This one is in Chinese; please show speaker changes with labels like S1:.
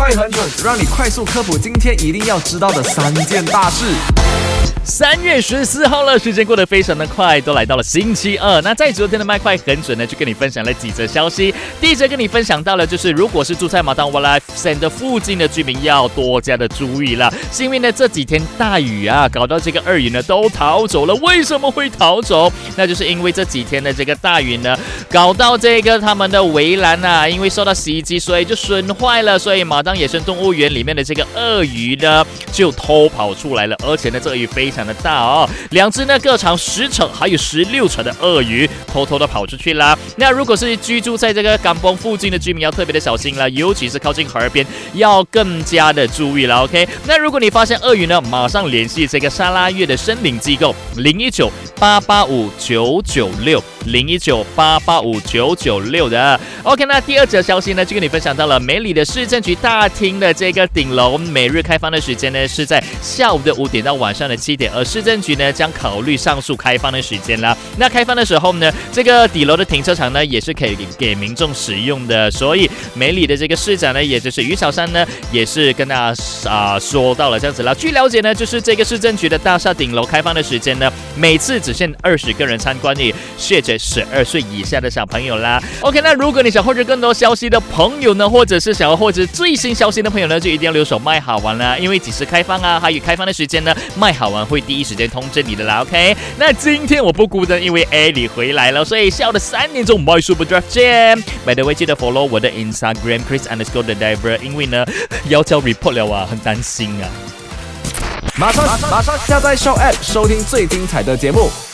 S1: 快很准，让你快速科普今天一定要知道的3件大事。
S2: 3月14号了，时间过得非常的快，都来到了星期二。那在昨天的麦快很准呢，就跟你分享了几则消息。第一则跟你分享到了，就是如果是住在马当 Wildlife Center 附近的居民要多加的注意了，是因为呢这几天大雨啊，搞到这个鳄鱼呢都逃走了。为什么会逃走？那就是因为这几天的这个大雨呢，搞到这个他们的围栏啊，因为受到袭击，所以就损坏了。所以马当野生动物园里面的这个鳄鱼呢，就偷跑出来了，而且呢这鳄鱼非常的大哦，2只呢各长10尺还有16尺的鳄鱼偷偷的跑出去啦。那如果是居住在这个港崩附近的居民要特别的小心了，尤其是靠近河边要更加的注意了。OK， 那如果你发现鳄鱼呢，马上联系这个沙拉越的申领机构019-885-996的。OK， 那第二则消息呢，就跟你分享到了美里的市政局大厅的这个顶楼，每日开放的时间呢是在下午的5点到晚上的7点，而市政局呢将考虑上述开放的时间啦。那开放的时候呢，这个底楼的停车场呢也是可以给民众使用的，所以美里的这个市长呢，也就是于小山呢，也是跟大家说到了这样子啦。据了解呢，就是这个市政局的大厦顶楼开放的时间呢，每次只限20个人参观，也限制12岁以下的小朋友啦。OK， 那如果你想获知更多消息的朋友呢，或者是想要获知最新消息的朋友呢，就一定要留守麦好玩啦，因为几时开放啊，还有开放的时间呢，麦好玩会第一时间通知你的啦。OK， 那今天我不孤单，因为 Ali 回来了，所以下午的3点钟 My Super Drive 见。By the way， 记得 follow 我的 Instagram Chris_the Diver， 因为呢要交 report 了啊，很担心啊。
S1: 马上下载 Show App 收听最精彩的节目。